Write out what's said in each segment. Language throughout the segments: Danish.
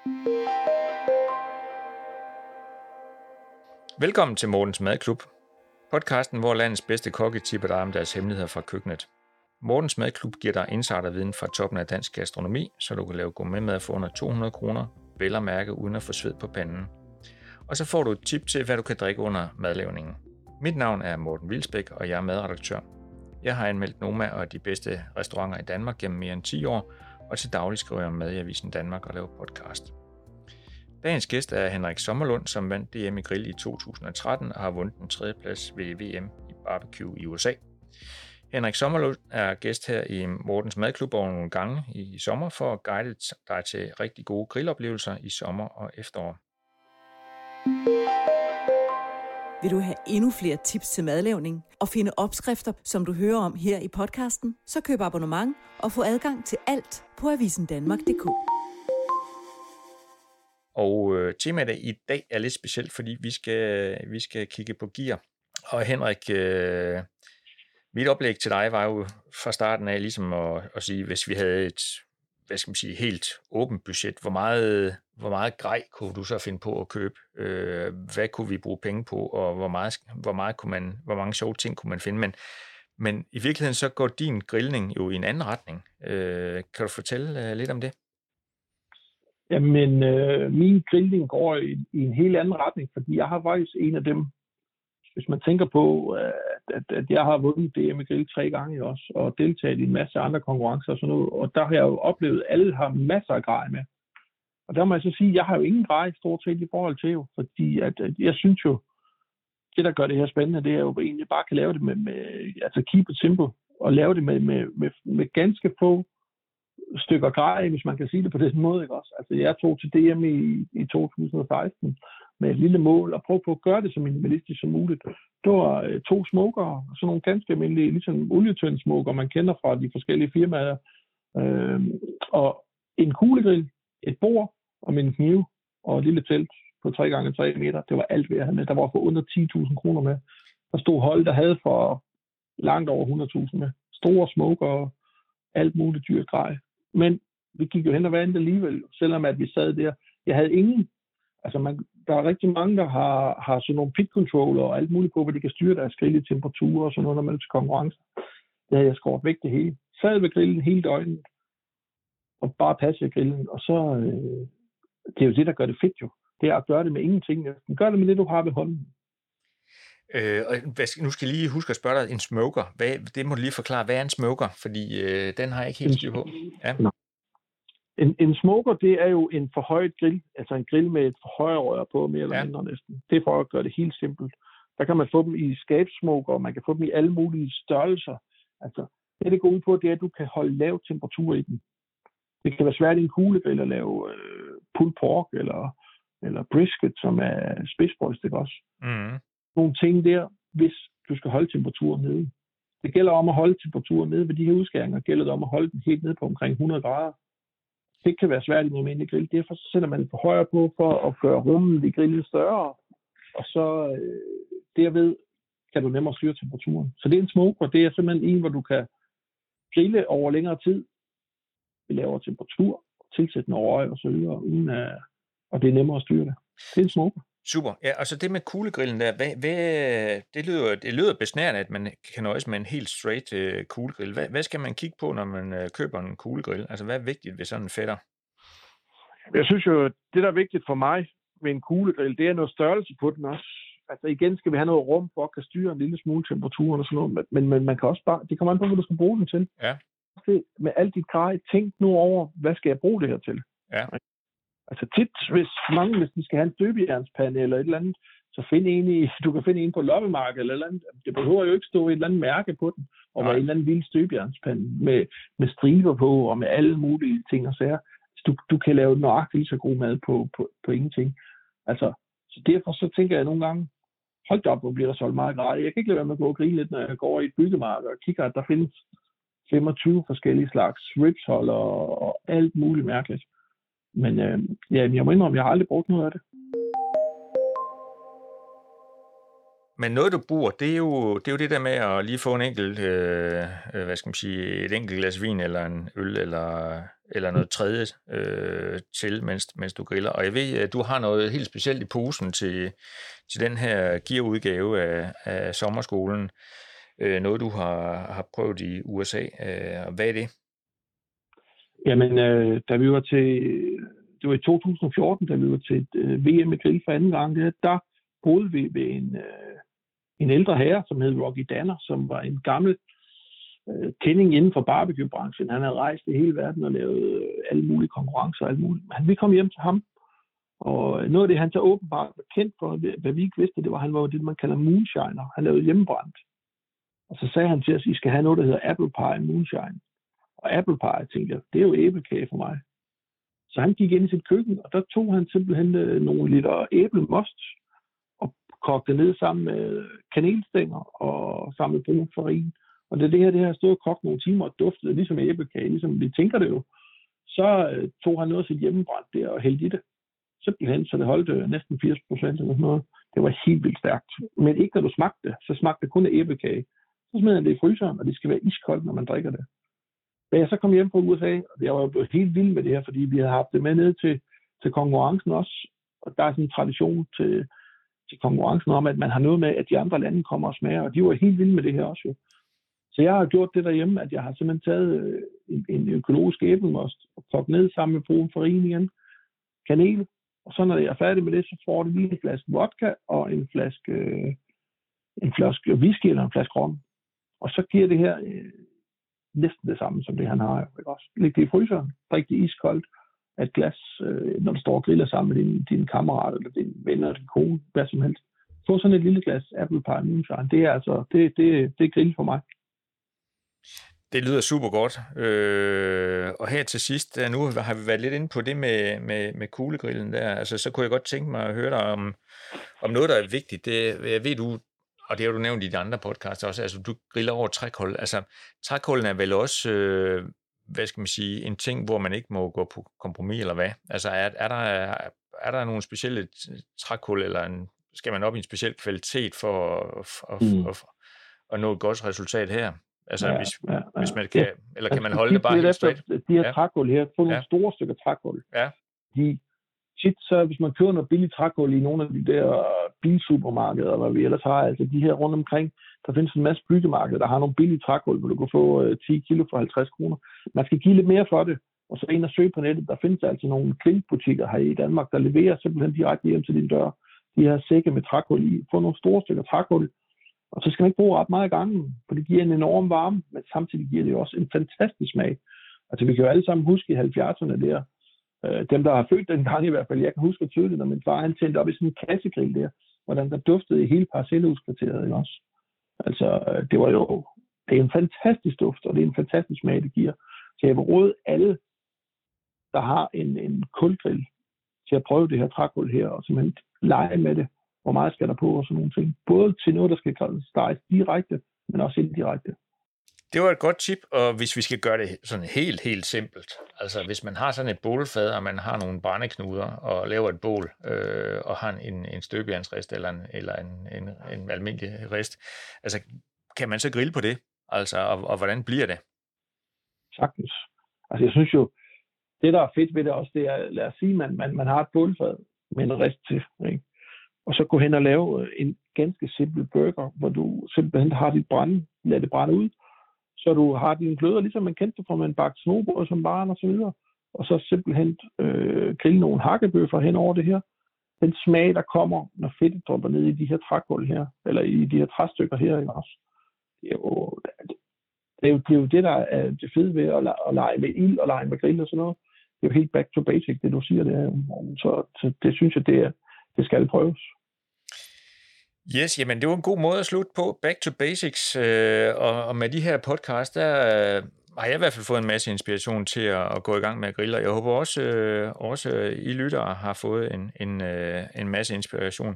Velkommen til Mortens Madklub, podcasten, hvor landets bedste kokke tipper dig om deres hemmeligheder fra køkkenet. Mortens Madklub giver dig insiderviden fra toppen af dansk gastronomi, så du kan lave gourmetmad for under 200 kroner, vel at mærke uden at få sved på panden. Og så får du et tip til, hvad du kan drikke under madlavningen. Mit navn er Morten Vilsbæk, og jeg er madredaktør. Jeg har anmeldt Noma og de bedste restauranter i Danmark gennem mere end 10 år, og til daglig skriver jeg om mad i Avisen Danmark og laver podcast. Dagens gæst er Henrik Sommerlund, som vandt DM i grill i 2013 og har vundet en 3. plads ved VM i barbecue i USA. Henrik Sommerlund er gæst her i Mortens Madklub over nogle gange i sommer for at guide dig til rigtig gode grilloplevelser i sommer og efterår. Vil du have endnu flere tips til madlavning og finde opskrifter, som du hører om her i podcasten, så køb abonnement og få adgang til alt på avisendanmark.dk. Og temaet i dag er lidt specielt, fordi vi skal kigge på gear. Og Henrik, mit oplæg til dig var jo fra starten af ligesom at sige, hvis vi havde et, helt åbent budget, hvor meget grej kunne du så finde på at købe? Hvad kunne vi bruge penge på, og hvor mange sjove ting kunne man finde? Men i virkeligheden så går din grillning jo i en anden retning. Kan du fortælle lidt om det? Jamen, min grillning går i en helt anden retning, fordi jeg har faktisk en af dem, hvis man tænker på, at jeg har vundet DM i grill 3 gange også, og deltaget i en masse andre konkurrencer og sådan noget, og der har jeg jo oplevet, at alle har masser af grej med. Og der må jeg så sige, at jeg har jo ingen grej stort set i forhold til jo, fordi at jeg synes jo, det der gør det her spændende, det er jo egentlig bare kan lave det med keep it simple, og lave det med ganske få stykker grej, hvis man kan sige det på den måde, ikke også? Altså, jeg tog til DM i 2016 med et lille mål, og prøve på at gøre det så minimalistisk som muligt. Det var 2 smoker, og sådan nogle ganske almindelige, ligesom olietøndesmoker, man kender fra de forskellige firmaer, og en kuglegrill, et bord, og en kniv, og et lille telt på 3x3 meter. Det var alt, hvad jeg havde med. Der var for under 10.000 kroner med. Der stod hold, der havde for langt over 100.000 med. Store smoker og alt muligt dyrt grej. Men vi gik jo hen og vandt alligevel, selvom at vi sad der. Jeg havde ingen, der er rigtig mange, der har sådan nogle pit controller og alt muligt på, hvor de kan styre deres grill i temperaturer og sådan noget, når man er til konkurrence. Det havde jeg skåret væk det hele. Sad ved grillen hele døgnet, og bare passe grillen, og så, det er jo det, der gør det fedt jo. Det er at gøre det med ingenting. Gør det med det, du har ved hånden. Nu skal jeg lige huske at spørge dig, en smoker. Det må du lige forklare. Hvad er en smoker? Fordi den har jeg ikke helt styr på. Ja. En smoker, det er jo en forhøjet grill. Altså en grill med et forhøjerrør på, mere eller mindre næsten. Det er for at gøre det helt simpelt. Der kan man få dem i skabsmoker, og man kan få dem i alle mulige størrelser. Altså, det går ud på, det er, at du kan holde lav temperatur i den. Det kan være svært i en kuglegrill at lave pulled pork eller brisket, som er spidsbryst, ikke også? Mm. Nogle ting der, hvis du skal holde temperaturen nede. Det gælder om at holde temperaturen nede ved de her udskæringer. Det gælder om at holde den helt nede på omkring 100 grader. Det kan være svært i en almindelig grill. Derfor sætter man for højere på for at gøre rummet i grillen større. Og så derved kan du nemmere styre temperaturen. Så det er en smoker. Det er simpelthen en, hvor du kan grille over længere tid. Vi laver temperatur, tilsætte noget røg og så videre, uden at, og det er nemmere at styre det. Det er en smoker. Super. Ja, altså det med kuglegrillen der, det lyder besnærende, at man kan nøjes med en helt straight kuglegrill. Hvad skal man kigge på, når man køber en kuglegrill? Altså hvad er vigtigt ved sådan en fætter? Jeg synes jo, det der er vigtigt for mig ved en kuglegrill, det er noget størrelse på den også. Altså igen skal vi have noget rum for at kan styre en lille smule temperatur og sådan noget, men man kan også bare, det kommer an på, hvad du skal bruge den til. Ja. Med alt dit grej, tænk nu over, hvad skal jeg bruge det her til? Ja. Altså tit, hvis de skal have en støbejernspande eller et eller andet, så du kan finde en på loppemarkedet eller et eller andet. Det behøver jo ikke stå et eller andet mærke på den, og med en eller anden lille støbejernspande med striber på, og med alle mulige ting og sager. Du kan lave nøjagtigt lige så god mad på ingenting. Altså, så derfor så tænker jeg nogle gange, hold da op, hvor bliver der solgt meget grej. Jeg kan ikke lade være med at gå og grine lidt, når jeg går over i et byggemarked og kigger, at der findes 25 forskellige slags ribsholder og alt muligt mærkeligt. Men jeg må indrømme, jeg har aldrig brugt noget af det. Men noget, du bruger, det er jo det der med at lige få en enkelt, et enkelt glas vin, eller en øl, eller noget tredje til, mens du griller. Og jeg ved, at du har noget helt specielt i posen til den her gearudgave af sommerskolen. Noget, du har prøvet i USA. Hvad er det? Jamen, da vi var det var i 2014, da vi var til et VM i grill for anden gang, der boede vi ved en ældre herre, som hed Rocky Danner, som var en gammel kending inden for barbecue-branchen. Han havde rejst i hele verden og lavet alle mulige konkurrencer og alt muligt. Men vi kom hjem til ham, og noget af det, han så åbenbart var kendt for, hvad vi ikke vidste, det var, han var det, man kalder moonshiner. Han lavede hjemmebrændt. Og så sagde han til os, I skal have noget, der hedder apple pie moonshine. Og apple pie, tænkte jeg, det er jo æblekage for mig. Så han gik ind i sit køkken, og der tog han simpelthen nogle liter æblemost, og kogte det ned sammen med kanelstænger og sammen med brun farin. Og det her stod og kogt nogle timer og duftede ligesom æblekage, ligesom vi tænker det jo. Så tog han noget af sit hjemmebrændt der og hældte i det. Simpelthen, så det holdt næsten 80% eller sådan noget. Det var helt vildt stærkt. Men ikke når du smagte det, så smagte det kun af æblekage. Så smed han det i fryseren, og det skal være iskoldt, når man drikker det. Da jeg så kom hjem fra USA, og jeg var jo blevet helt vild med det her, fordi vi havde haft det med ned til konkurrencen også. Og der er sådan en tradition til konkurrencen om, at man har noget med, at de andre lande kommer og smager, og de var helt vilde med det her også jo. Så jeg har gjort det derhjemme, at jeg har simpelthen taget en økologisk æblemost og kogt ned sammen med brun farin igen, kanel, og så når jeg er færdig med det, så får det lige en flaske vodka og en flaske whisky eller en flaske rom. Og så giver det her næsten det samme, som det han har. Også. Læg det i fryseren, drik det iskoldt af et glas, når du står og griller sammen med dine kammerater, eller dine venner, eller din kone, hvad som helst. Få sådan et lille glas apple pie moonshine. Det er altså, det er grill for mig. Det lyder super godt. Og her til sidst, nu har vi været lidt inde på det med kuglegrillen der. Altså, så kunne jeg godt tænke mig at høre dig om noget, der er vigtigt. Jeg ved du, og det har du nævnt i de andre podcasts også, altså du griller over trækul. Altså, trækullen er vel også, en ting, hvor man ikke må gå på kompromis, eller hvad? Altså, er der nogle specielle trækul, eller skal man op i en speciel kvalitet for at nå et godt resultat her? Altså, hvis man kan, eller kan man holde det bare helt straight? De her trækul her, få nogle store stykker trækul. Ja. Tit så, hvis man køber noget billigt trækul i nogle af de der bilsupermarkeder, hvad vi ellers har, altså de her rundt omkring, der findes en masse byggemarkeder, der har nogle billige trækul, hvor du kan få 10 kilo for 50 kroner. Man skal give lidt mere for det, og så ind og søge på nettet. Der findes altså nogle grillbutikker her i Danmark, der leverer simpelthen direkte hjem til din dør. De her sække med trækul i. Få nogle store stykker trækul, og så skal man ikke bruge ret meget i gangen, for det giver en enorm varme, men samtidig giver det jo også en fantastisk smag. Altså vi kan jo alle sammen huske i 70'erne der, dem, der har født den gang i hvert fald, jeg kan huske tydeligt, når min far han tændte op i sådan en kassegrill der, hvordan der duftede i hele parcelhuskvarteret også. Altså, det er en fantastisk duft, og det er en fantastisk smag, det giver. Så jeg vil råde alle, der har en kulgrill, til at prøve det her trækul her, og simpelthen lege med det. Hvor meget skal der på, og sådan nogle ting. Både til noget, der skal steges direkte, men også indirekte. Det var et godt tip, og hvis vi skal gøre det sådan helt simpelt, altså hvis man har sådan et bålfad, og man har nogle brændeknuder, og laver et bål, og har en støbejernsrist, eller en almindelig rist, altså kan man så grille på det? Altså, og hvordan bliver det? Sagtens. Altså jeg synes jo, det der er fedt ved det også, det er, lad os sige, man har et bålfad med en rist til, ikke? Og så gå hen og lave en ganske simpel burger, hvor du simpelthen har dit lad det brænde ud, så du har dine gløder, ligesom man kendte fra en bagt snobrød som barn og så videre, og så simpelthen grille nogle hakkebøffer hen over det her. Den smag, der kommer, når fedtet dropper ned i de her trækul her, eller i de her træstykker her, ikke også? Det er jo det, der er det fede ved at lege med ild og lege med grill og sådan noget. Det er jo helt back to basic, det du siger der. Så det synes jeg, det skal prøves. Yes, jamen det var en god måde at slutte på. Back to basics. Og med de her podcasts, der har jeg i hvert fald fået en masse inspiration til at gå i gang med at grille. Jeg håber også I lyttere har fået en masse inspiration.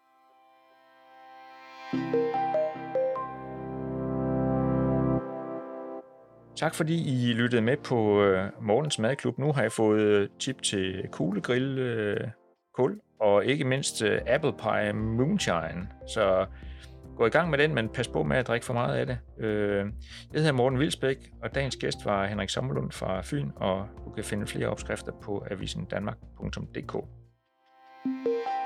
Tak fordi I lyttede med på Mortens Madklub. Nu har jeg fået tip til kuglegrill, kul og ikke mindst Apple Pie Moonshine. Så gå i gang med den, men pas på med at drikke for meget af det. Jeg hedder Morten Wilsbæk, og dagens gæst var Henrik Sommerlund fra Fyn, og du kan finde flere opskrifter på avisendanmark.dk.